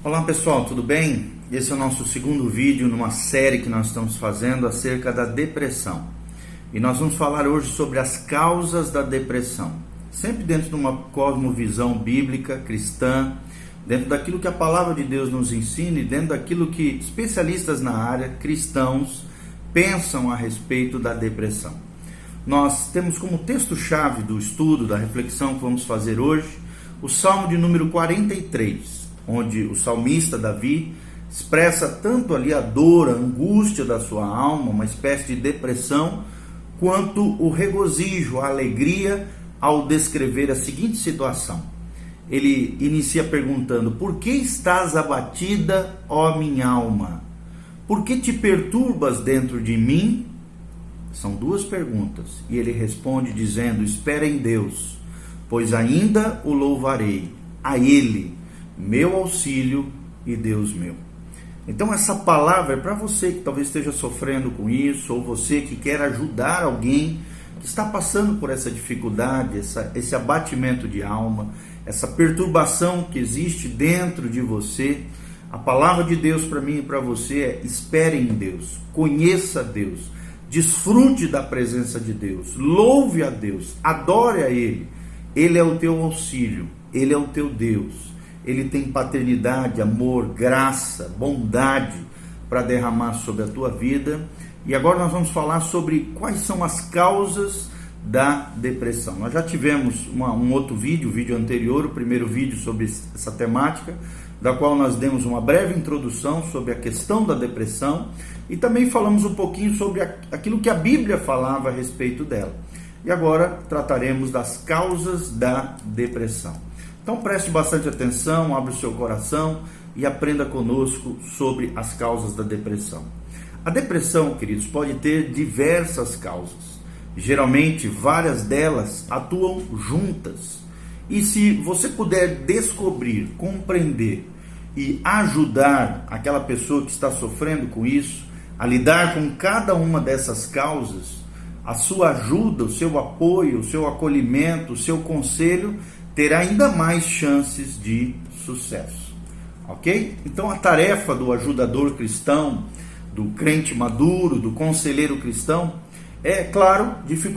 Olá pessoal, tudo bem? Esse é o nosso segundo vídeo numa série que nós estamos fazendo acerca da depressão. E nós vamos falar hoje sobre as causas da depressão. Sempre dentro de uma cosmovisão bíblica, cristã, dentro daquilo que a palavra de Deus nos ensina e dentro daquilo que especialistas na área, cristãos, pensam a respeito da depressão. Nós temos como texto-chave do estudo, da reflexão que vamos fazer hoje, o Salmo de número 43. Onde o salmista Davi expressa tanto ali a dor, a angústia da sua alma, uma espécie de depressão, quanto o regozijo, a alegria ao descrever a seguinte situação. Ele inicia perguntando: por que estás abatida, ó minha alma? Por que te perturbas dentro de mim? São duas perguntas. E ele responde dizendo: espera em Deus, pois ainda o louvarei, a Ele, meu auxílio e Deus meu. Então essa palavra é para você que talvez esteja sofrendo com isso, ou você que quer ajudar alguém que está passando por essa dificuldade, esse abatimento de alma, essa perturbação que existe dentro de você. A palavra de Deus para mim e para você é: espere em Deus, conheça Deus, desfrute da presença de Deus, louve a Deus, adore a Ele. Ele é o teu auxílio, Ele é o teu Deus. Ele tem paternidade, amor, graça, bondade para derramar sobre a tua vida. E agora nós vamos falar sobre quais são as causas da depressão. Nós já tivemos um outro vídeo, o vídeo anterior, o primeiro vídeo sobre essa temática, da qual nós demos uma breve introdução sobre a questão da depressão e também falamos um pouquinho sobre aquilo que a Bíblia falava a respeito dela. E agora trataremos das causas da depressão. Então preste bastante atenção, abra o seu coração e aprenda conosco sobre as causas da depressão. A depressão, queridos, pode ter diversas causas. Geralmente, várias delas atuam juntas. E se você puder descobrir, compreender e ajudar aquela pessoa que está sofrendo com isso a lidar com cada uma dessas causas, a sua ajuda, o seu apoio, o seu acolhimento, o seu conselho terá ainda mais chances de sucesso, ok? Então a tarefa do ajudador cristão, do crente maduro, do conselheiro cristão, é, claro,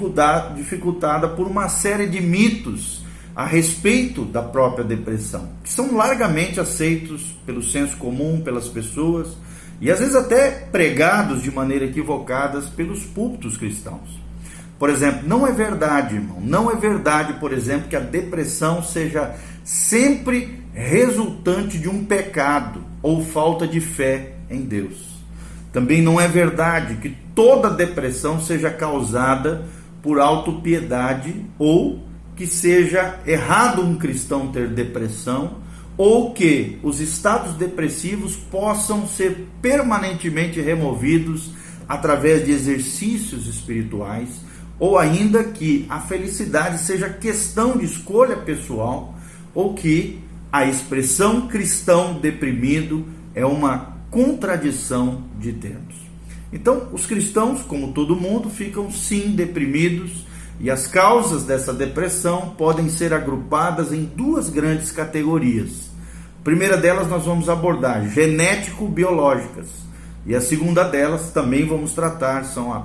dificultada por uma série de mitos a respeito da própria depressão, que são largamente aceitos pelo senso comum, pelas pessoas, e às vezes até pregados de maneira equivocada pelos púlpitos cristãos. Por exemplo, não é verdade, irmão, não é verdade, por exemplo, que a depressão seja sempre resultante de um pecado ou falta de fé em Deus. Também não é verdade que toda depressão seja causada por autopiedade ou que seja errado um cristão ter depressão ou que os estados depressivos possam ser permanentemente removidos através de exercícios espirituais, ou ainda que a felicidade seja questão de escolha pessoal, ou que a expressão cristão deprimido é uma contradição de termos. Então, os cristãos, como todo mundo, ficam sim deprimidos, e as causas dessa depressão podem ser agrupadas em duas grandes categorias. A primeira delas nós vamos abordar genético-biológicas, e a segunda delas também vamos tratar, são a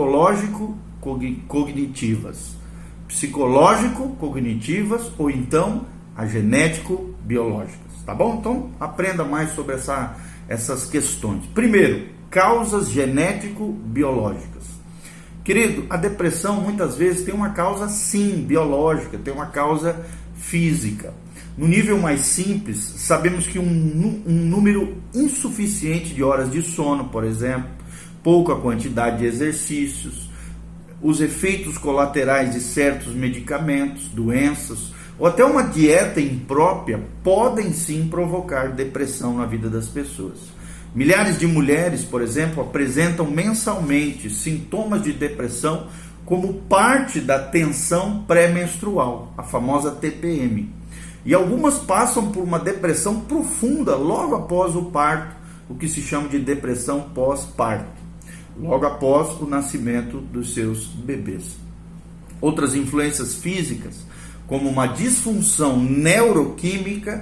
psicológico-cognitivas. Psicológico-cognitivas ou então a genético-biológicas, tá bom? Então aprenda mais sobre essas questões. Primeiro, causas genético-biológicas. Querido, a depressão muitas vezes tem uma causa sim biológica, tem uma causa física. No nível mais simples, sabemos que um número insuficiente de horas de sono, por exemplo, pouca quantidade de exercícios, os efeitos colaterais de certos medicamentos, doenças, ou até uma dieta imprópria podem sim provocar depressão na vida das pessoas. Milhares de mulheres, por exemplo, apresentam mensalmente sintomas de depressão como parte da tensão pré-menstrual, a famosa TPM. E algumas passam por uma depressão profunda logo após o parto, o que se chama de depressão pós-parto, logo após o nascimento dos seus bebês. Outras influências físicas, como uma disfunção neuroquímica,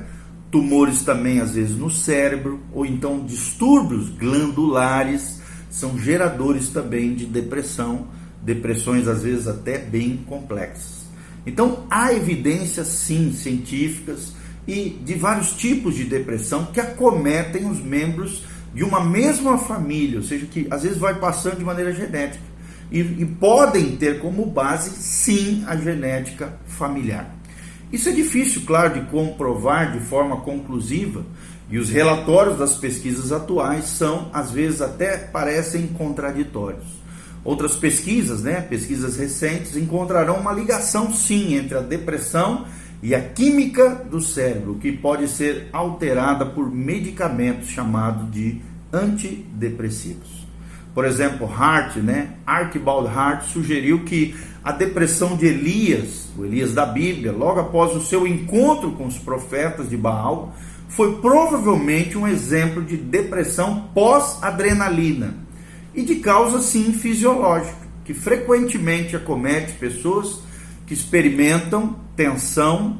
tumores também às vezes no cérebro, ou então distúrbios glandulares são geradores também de depressão, depressões às vezes até bem complexas. Então há evidências sim científicas e de vários tipos de depressão que acometem os membros de uma mesma família, ou seja, que às vezes vai passando de maneira genética e podem ter como base sim a genética familiar. Isso é difícil, claro, de comprovar de forma conclusiva, e os relatórios das pesquisas atuais são, às vezes, até parecem contraditórios. Outras pesquisas, pesquisas recentes, encontrarão uma ligação, sim, entre a depressão e a química do cérebro, que pode ser alterada por medicamentos chamados de antidepressivos. Por exemplo, Archibald Hart sugeriu que a depressão de Elias, o Elias da Bíblia, logo após o seu encontro com os profetas de Baal, foi provavelmente um exemplo de depressão pós-adrenalina e de causa sim fisiológica, que frequentemente acomete pessoas que experimentam tensão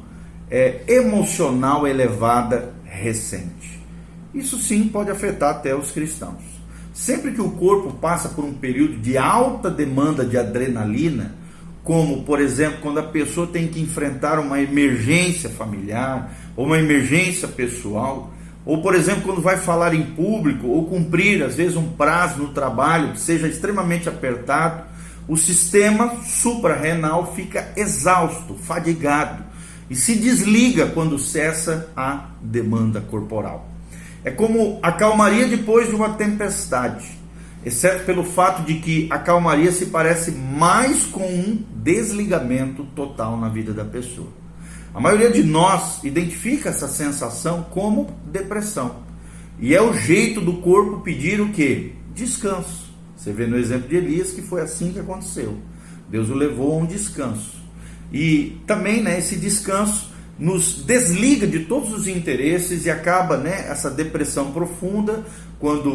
emocional elevada recente. Isso sim pode afetar até os cristãos. Sempre que o corpo passa por um período de alta demanda de adrenalina, como, por exemplo, quando a pessoa tem que enfrentar uma emergência familiar, ou uma emergência pessoal, ou, por exemplo, quando vai falar em público, ou cumprir, às vezes, um prazo no trabalho que seja extremamente apertado, o sistema suprarrenal fica exausto, fadigado, e se desliga quando cessa a demanda corporal. É como a calmaria depois de uma tempestade, exceto pelo fato de que a calmaria se parece mais com um desligamento total na vida da pessoa. A maioria de nós identifica essa sensação como depressão. E é o jeito do corpo pedir o quê? Descanso. Você vê no exemplo de Elias que foi assim que aconteceu. Deus o levou a um descanso. E também esse descanso nos desliga de todos os interesses e acaba essa depressão profunda, quando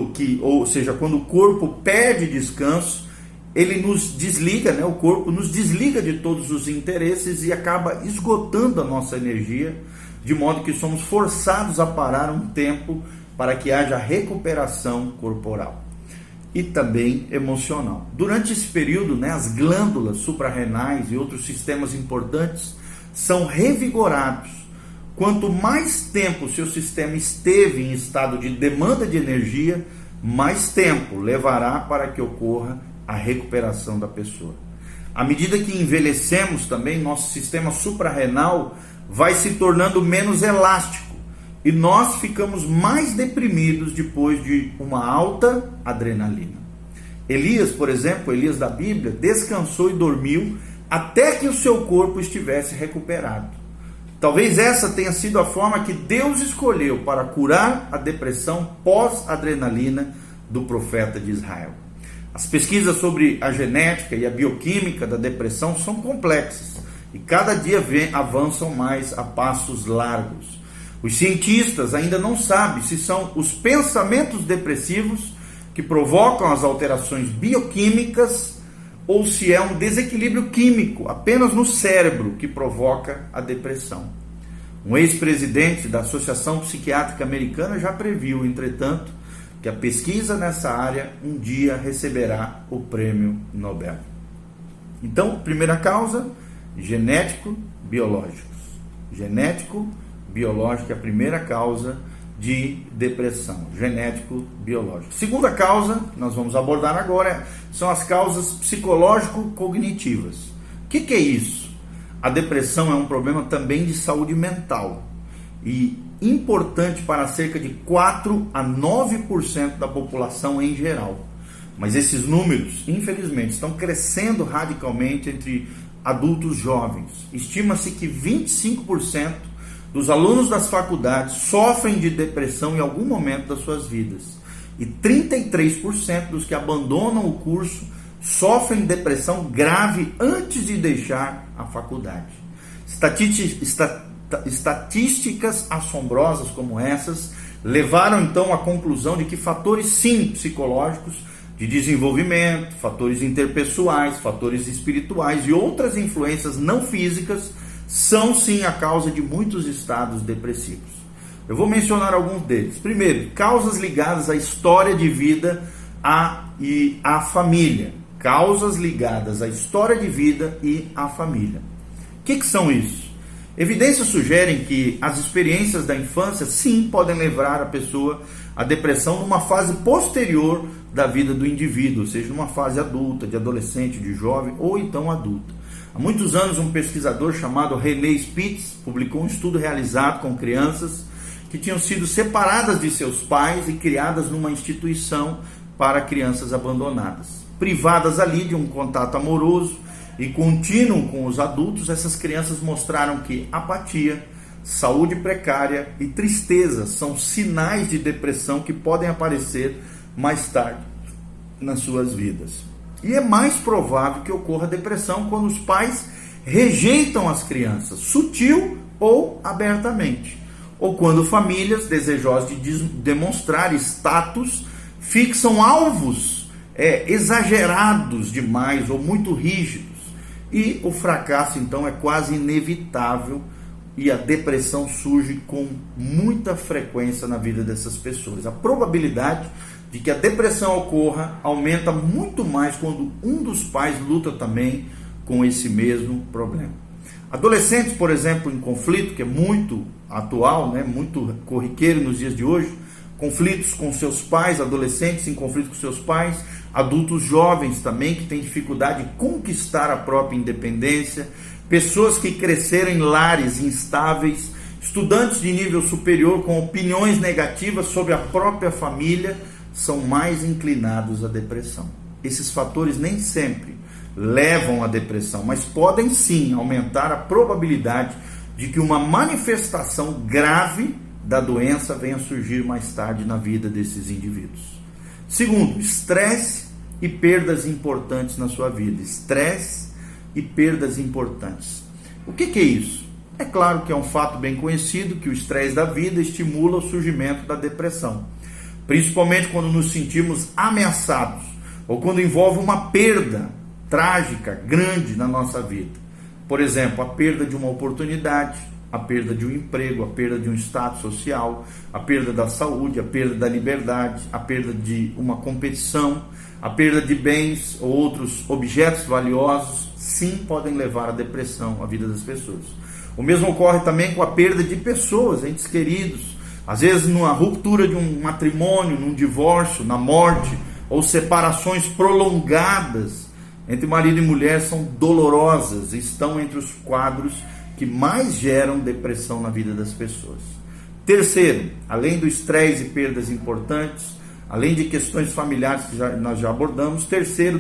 o corpo perde descanso, ele nos desliga, o corpo nos desliga de todos os interesses e acaba esgotando a nossa energia, de modo que somos forçados a parar um tempo para que haja recuperação corporal e também emocional. Durante esse período, as glândulas suprarrenais e outros sistemas importantes são revigorados. Quanto mais tempo o seu sistema esteve em estado de demanda de energia, mais tempo levará para que ocorra a recuperação da pessoa. À medida que envelhecemos também, nosso sistema suprarrenal vai se tornando menos elástico e nós ficamos mais deprimidos depois de uma alta adrenalina. Elias, por exemplo, Elias da Bíblia, descansou e dormiu até que o seu corpo estivesse recuperado. Talvez essa tenha sido a forma que Deus escolheu para curar a depressão pós-adrenalina do profeta de Israel. As pesquisas sobre a genética e a bioquímica da depressão são complexas e cada dia avançam mais a passos largos. Os cientistas ainda não sabem se são os pensamentos depressivos que provocam as alterações bioquímicas ou se é um desequilíbrio químico apenas no cérebro que provoca a depressão. Um ex-presidente da Associação Psiquiátrica Americana já previu, entretanto, que a pesquisa nessa área um dia receberá o prêmio Nobel. Então, primeira causa, genético-biológicos. Genético-biológico é a primeira causa de depressão, genético-biológico. Segunda causa, que nós vamos abordar agora, são as causas psicológico-cognitivas. O que é isso? A depressão é um problema também de saúde mental e importante para cerca de 4 a 9% da população em geral. Mas esses números, infelizmente, estão crescendo radicalmente entre adultos jovens. Estima-se que 25% dos alunos das faculdades sofrem de depressão em algum momento das suas vidas. E 33% dos que abandonam o curso sofrem depressão grave antes de deixar a faculdade. Estatísticas assombrosas como essas levaram então à conclusão de que fatores sim psicológicos de desenvolvimento, fatores interpessoais, fatores espirituais e outras influências não físicas são sim a causa de muitos estados depressivos. Eu vou mencionar alguns deles. Primeiro, causas ligadas à história de vida e à família. Causas ligadas à história de vida e à família. O que são isso? Evidências sugerem que as experiências da infância, sim, podem levar a pessoa à depressão numa fase posterior da vida do indivíduo, ou seja, numa fase adulta, de adolescente, de jovem ou então adulta. Há muitos anos, um pesquisador chamado René Spitz publicou um estudo realizado com crianças que tinham sido separadas de seus pais e criadas numa instituição para crianças abandonadas. Privadas ali de um contato amoroso e contínuo com os adultos, essas crianças mostraram que apatia, saúde precária e tristeza são sinais de depressão que podem aparecer mais tarde nas suas vidas. E é mais provável que ocorra depressão quando os pais rejeitam as crianças, sutil ou abertamente, ou quando famílias desejosas de demonstrar status fixam alvos exagerados demais ou muito rígidos. E o fracasso, então, é quase inevitável e a depressão surge com muita frequência na vida dessas pessoas. A probabilidade de que a depressão ocorra aumenta muito mais quando um dos pais luta também com esse mesmo problema. Adolescentes, por exemplo, em conflito, que é muito atual, muito corriqueiro nos dias de hoje, conflitos com seus pais, adolescentes em conflito com seus pais, adultos jovens também que têm dificuldade de conquistar a própria independência, pessoas que cresceram em lares instáveis, estudantes de nível superior com opiniões negativas sobre a própria família, são mais inclinados à depressão. Esses fatores nem sempre levam à depressão, mas podem sim aumentar a probabilidade de que uma manifestação grave da doença venha a surgir mais tarde na vida desses indivíduos. Segundo, estresse e perdas importantes na sua vida. Estresse e perdas importantes. O que é isso? É claro que é um fato bem conhecido que o estresse da vida estimula o surgimento da depressão, principalmente quando nos sentimos ameaçados ou quando envolve uma perda trágica, grande na nossa vida. Por exemplo, a perda de uma oportunidade, a perda de um emprego, a perda de um status social, a perda da saúde, a perda da liberdade, a perda de uma competição, a perda de bens ou outros objetos valiosos, sim, podem levar à depressão a vida das pessoas. O mesmo ocorre também com a perda de pessoas, entes queridos, às vezes numa ruptura de um matrimônio, num divórcio, na morte, ou separações prolongadas entre marido e mulher são dolorosas, estão entre os quadros que mais geram depressão na vida das pessoas. Terceiro, além do estresse e perdas importantes, além de questões familiares que nós já abordamos, terceiro,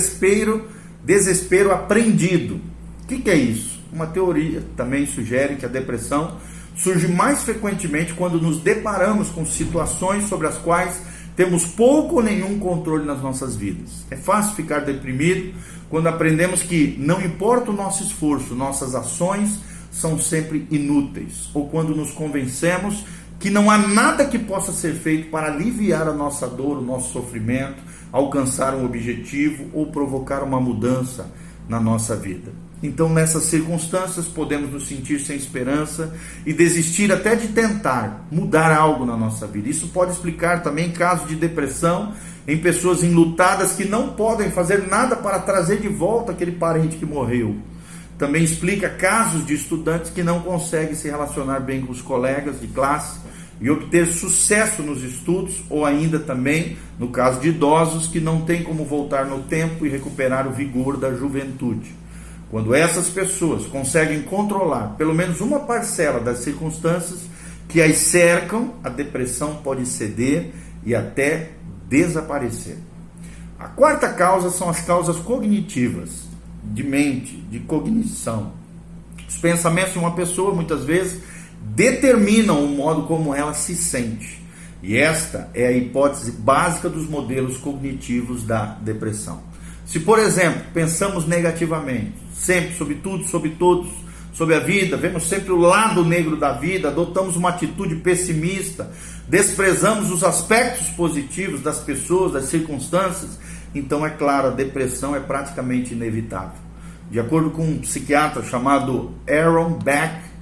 desespero aprendido. O que é isso? Uma teoria também sugere que a depressão surge mais frequentemente quando nos deparamos com situações sobre as quais temos pouco ou nenhum controle nas nossas vidas. É fácil ficar deprimido quando aprendemos que não importa o nosso esforço, nossas ações são sempre inúteis, ou quando nos convencemos que não há nada que possa ser feito para aliviar a nossa dor, o nosso sofrimento, alcançar um objetivo ou provocar uma mudança na nossa vida. Então, nessas circunstâncias, podemos nos sentir sem esperança e desistir até de tentar mudar algo na nossa vida. Isso pode explicar também casos de depressão em pessoas enlutadas que não podem fazer nada para trazer de volta aquele parente que morreu. Também explica casos de estudantes que não conseguem se relacionar bem com os colegas de classe e obter sucesso nos estudos, ou ainda também, no caso de idosos, que não têm como voltar no tempo e recuperar o vigor da juventude. Quando essas pessoas conseguem controlar pelo menos uma parcela das circunstâncias que as cercam, a depressão pode ceder e até desaparecer. A quarta causa são as causas cognitivas, de mente, de cognição. Os pensamentos de uma pessoa, muitas vezes, determinam o modo como ela se sente. E esta é a hipótese básica dos modelos cognitivos da depressão. Se, por exemplo, pensamos negativamente, sempre sobre tudo, sobre todos, sobre a vida, vemos sempre o lado negro da vida, adotamos uma atitude pessimista, desprezamos os aspectos positivos das pessoas, das circunstâncias, então, é claro, a depressão é praticamente inevitável. De acordo com um psiquiatra chamado Aaron Beck,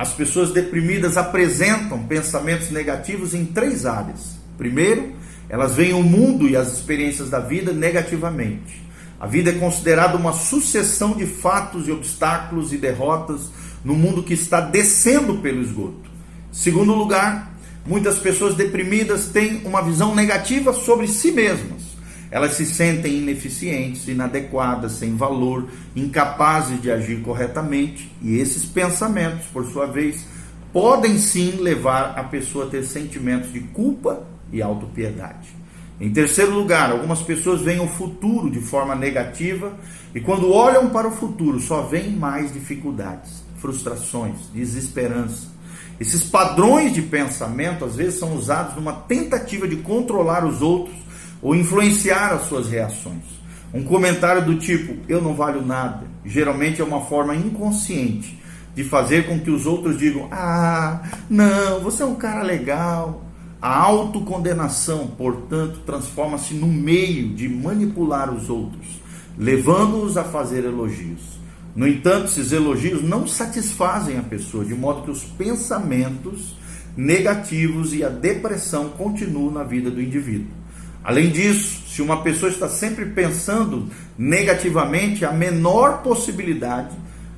as pessoas deprimidas apresentam pensamentos negativos em 3 áreas. Primeiro, elas veem o mundo e as experiências da vida negativamente. A vida é considerada uma sucessão de fatos e obstáculos e derrotas no mundo que está descendo pelo esgoto. Segundo lugar, muitas pessoas deprimidas têm uma visão negativa sobre si mesmas. Elas se sentem ineficientes, inadequadas, sem valor, incapazes de agir corretamente. E esses pensamentos, por sua vez, podem sim levar a pessoa a ter sentimentos de culpa e autopiedade. Em terceiro lugar, algumas pessoas veem o futuro de forma negativa e quando olham para o futuro só veem mais dificuldades, frustrações, desesperança. Esses padrões de pensamento às vezes são usados numa tentativa de controlar os outros ou influenciar as suas reações. Um comentário do tipo, eu não valho nada, geralmente é uma forma inconsciente de fazer com que os outros digam, não, você é um cara legal. A autocondenação, portanto, transforma-se no meio de manipular os outros, levando-os a fazer elogios. No entanto, esses elogios não satisfazem a pessoa, de modo que os pensamentos negativos e a depressão continuam na vida do indivíduo. Além disso, se uma pessoa está sempre pensando negativamente, há uma menor possibilidade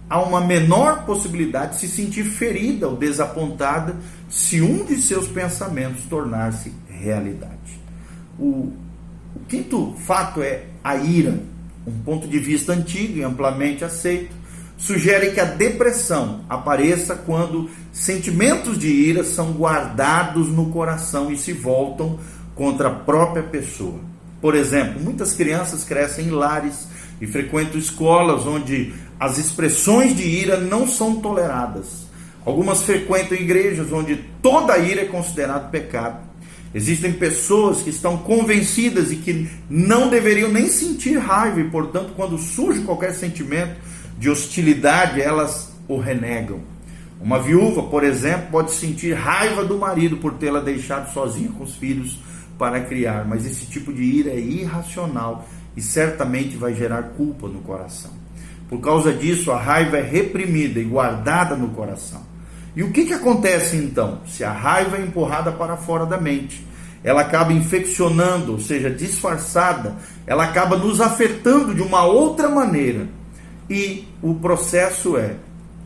de se sentir ferida ou desapontada se um de seus pensamentos tornar-se realidade. O quinto fato é a ira. Um ponto de vista antigo e amplamente aceito sugere que a depressão apareça quando sentimentos de ira são guardados no coração e se voltam contra a própria pessoa. Por exemplo, muitas crianças crescem em lares e frequentam escolas onde as expressões de ira não são toleradas. Algumas frequentam igrejas onde toda ira é considerada pecado. Existem pessoas que estão convencidas e que não deveriam nem sentir raiva e, portanto, quando surge qualquer sentimento de hostilidade, elas o renegam. Uma viúva, por exemplo, pode sentir raiva do marido por tê-la deixado sozinha com os filhos para criar, mas esse tipo de ira é irracional e certamente vai gerar culpa no coração. Por causa disso, a raiva é reprimida e guardada no coração. E o que acontece então? Se a raiva é empurrada para fora da mente, ela acaba infeccionando, ou seja, disfarçada, ela acaba nos afetando de uma outra maneira. E o processo é: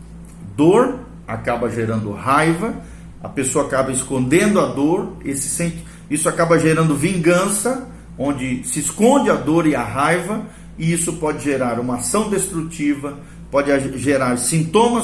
dor acaba gerando raiva, a pessoa acaba escondendo a dor, isso acaba gerando vingança, onde se esconde a dor e a raiva, e isso pode gerar uma ação destrutiva, pode gerar sintomas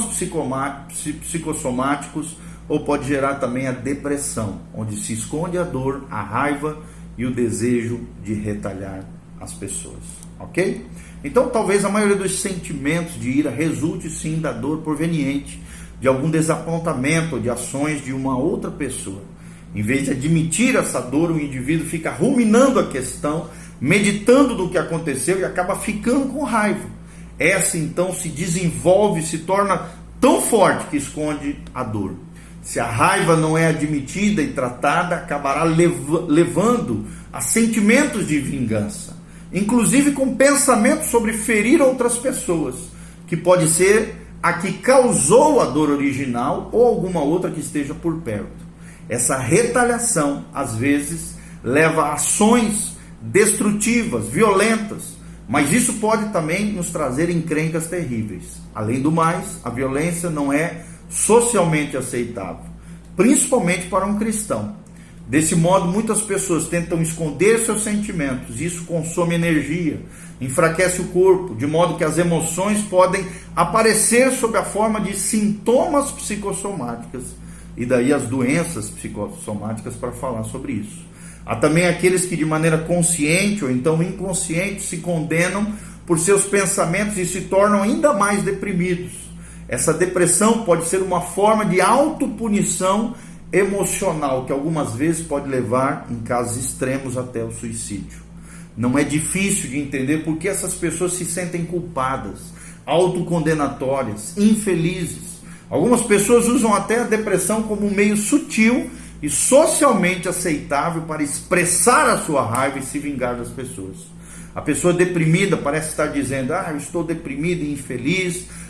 psicossomáticos, ou pode gerar também a depressão, onde se esconde a dor, a raiva e o desejo de retalhar as pessoas, ok? Então talvez a maioria dos sentimentos de ira resulte sim da dor proveniente de algum desapontamento ou de ações de uma outra pessoa. Em vez de admitir essa dor, o indivíduo fica ruminando a questão, meditando no que aconteceu e acaba ficando com raiva. Essa então se desenvolve, se torna tão forte que esconde a dor. Se a raiva não é admitida e tratada, acabará levando a sentimentos de vingança, inclusive com pensamentos sobre ferir outras pessoas, que pode ser a que causou a dor original ou alguma outra que esteja por perto. Essa retaliação, às vezes, leva a ações destrutivas, violentas, mas isso pode também nos trazer encrencas terríveis. Além do mais, a violência não é socialmente aceitável, principalmente para um cristão. Desse modo, muitas pessoas tentam esconder seus sentimentos, isso consome energia, enfraquece o corpo, de modo que as emoções podem aparecer sob a forma de sintomas psicossomáticas, e daí as doenças psicossomáticas para falar sobre isso. Há também aqueles que de maneira consciente ou então inconsciente se condenam por seus pensamentos e se tornam ainda mais deprimidos. Essa depressão pode ser uma forma de autopunição emocional, que algumas vezes pode levar, em casos extremos, até o suicídio. Não é difícil de entender por que essas pessoas se sentem culpadas, autocondenatórias, infelizes. Algumas pessoas usam até a depressão como um meio sutil e socialmente aceitável para expressar a sua raiva e se vingar das pessoas. A pessoa deprimida parece estar dizendo: eu estou deprimida e infeliz,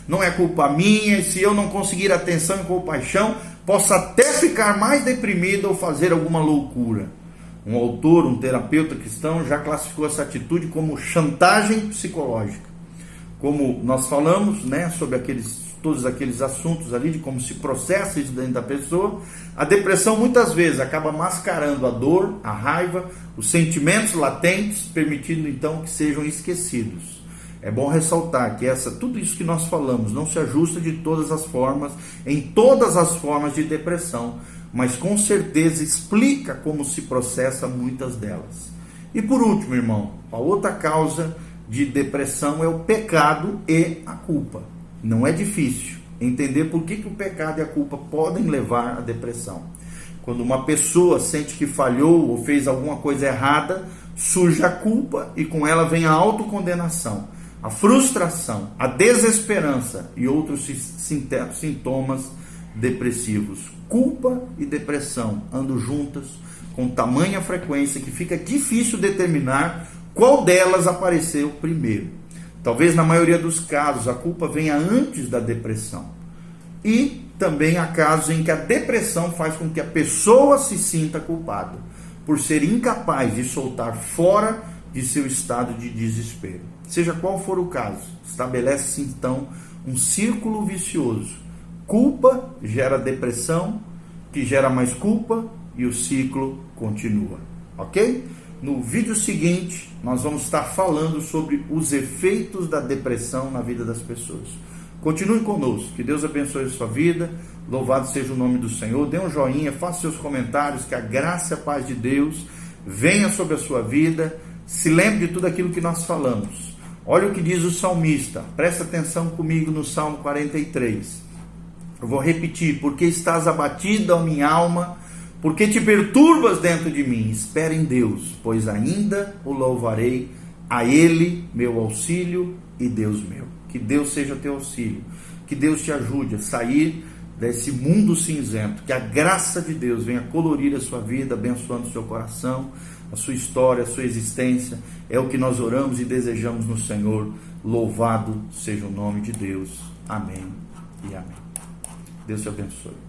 não é culpa minha, e se eu não conseguir atenção e compaixão, posso até ficar mais deprimido ou fazer alguma loucura. Um autor, um terapeuta cristão, já classificou essa atitude como chantagem psicológica. Como nós falamos, né, sobre todos aqueles assuntos ali, de como se processa isso dentro da pessoa, a depressão muitas vezes acaba mascarando a dor, a raiva, os sentimentos latentes, permitindo então que sejam esquecidos. É bom ressaltar que tudo isso que nós falamos não se ajusta de todas as formas, em todas as formas de depressão, mas com certeza explica como se processa muitas delas. E por último, irmão, a outra causa de depressão é o pecado e a culpa. Não é difícil entender por que o pecado e a culpa podem levar à depressão. Quando uma pessoa sente que falhou ou fez alguma coisa errada, surge a culpa e com ela vem a autocondenação, a frustração, a desesperança e outros sintomas depressivos. Culpa e depressão andam juntas com tamanha frequência que fica difícil determinar qual delas apareceu primeiro. Talvez na maioria dos casos a culpa venha antes da depressão. E também há casos em que a depressão faz com que a pessoa se sinta culpada por ser incapaz de soltar fora de seu estado de desespero. Seja qual for o caso, estabelece-se então um círculo vicioso. Culpa gera depressão, que gera mais culpa e o ciclo continua. Ok? No vídeo seguinte, nós vamos estar falando sobre os efeitos da depressão na vida das pessoas. Continue conosco, que Deus abençoe a sua vida, louvado seja o nome do Senhor, dê um joinha, faça seus comentários, que a graça e a paz de Deus venha sobre a sua vida, se lembre de tudo aquilo que nós falamos. Olha o que diz o salmista, presta atenção comigo no Salmo 43. Eu vou repetir: porque estás abatida, ó minha alma, porque te perturbas dentro de mim? Espera em Deus, pois ainda o louvarei, a Ele, meu auxílio e Deus meu. Que Deus seja teu auxílio, que Deus te ajude a sair desse mundo cinzento, que a graça de Deus venha colorir a sua vida, abençoando o seu coração, a sua história, a sua existência. É o que nós oramos e desejamos no Senhor. Louvado seja o nome de Deus. Amém e amém. Deus te abençoe.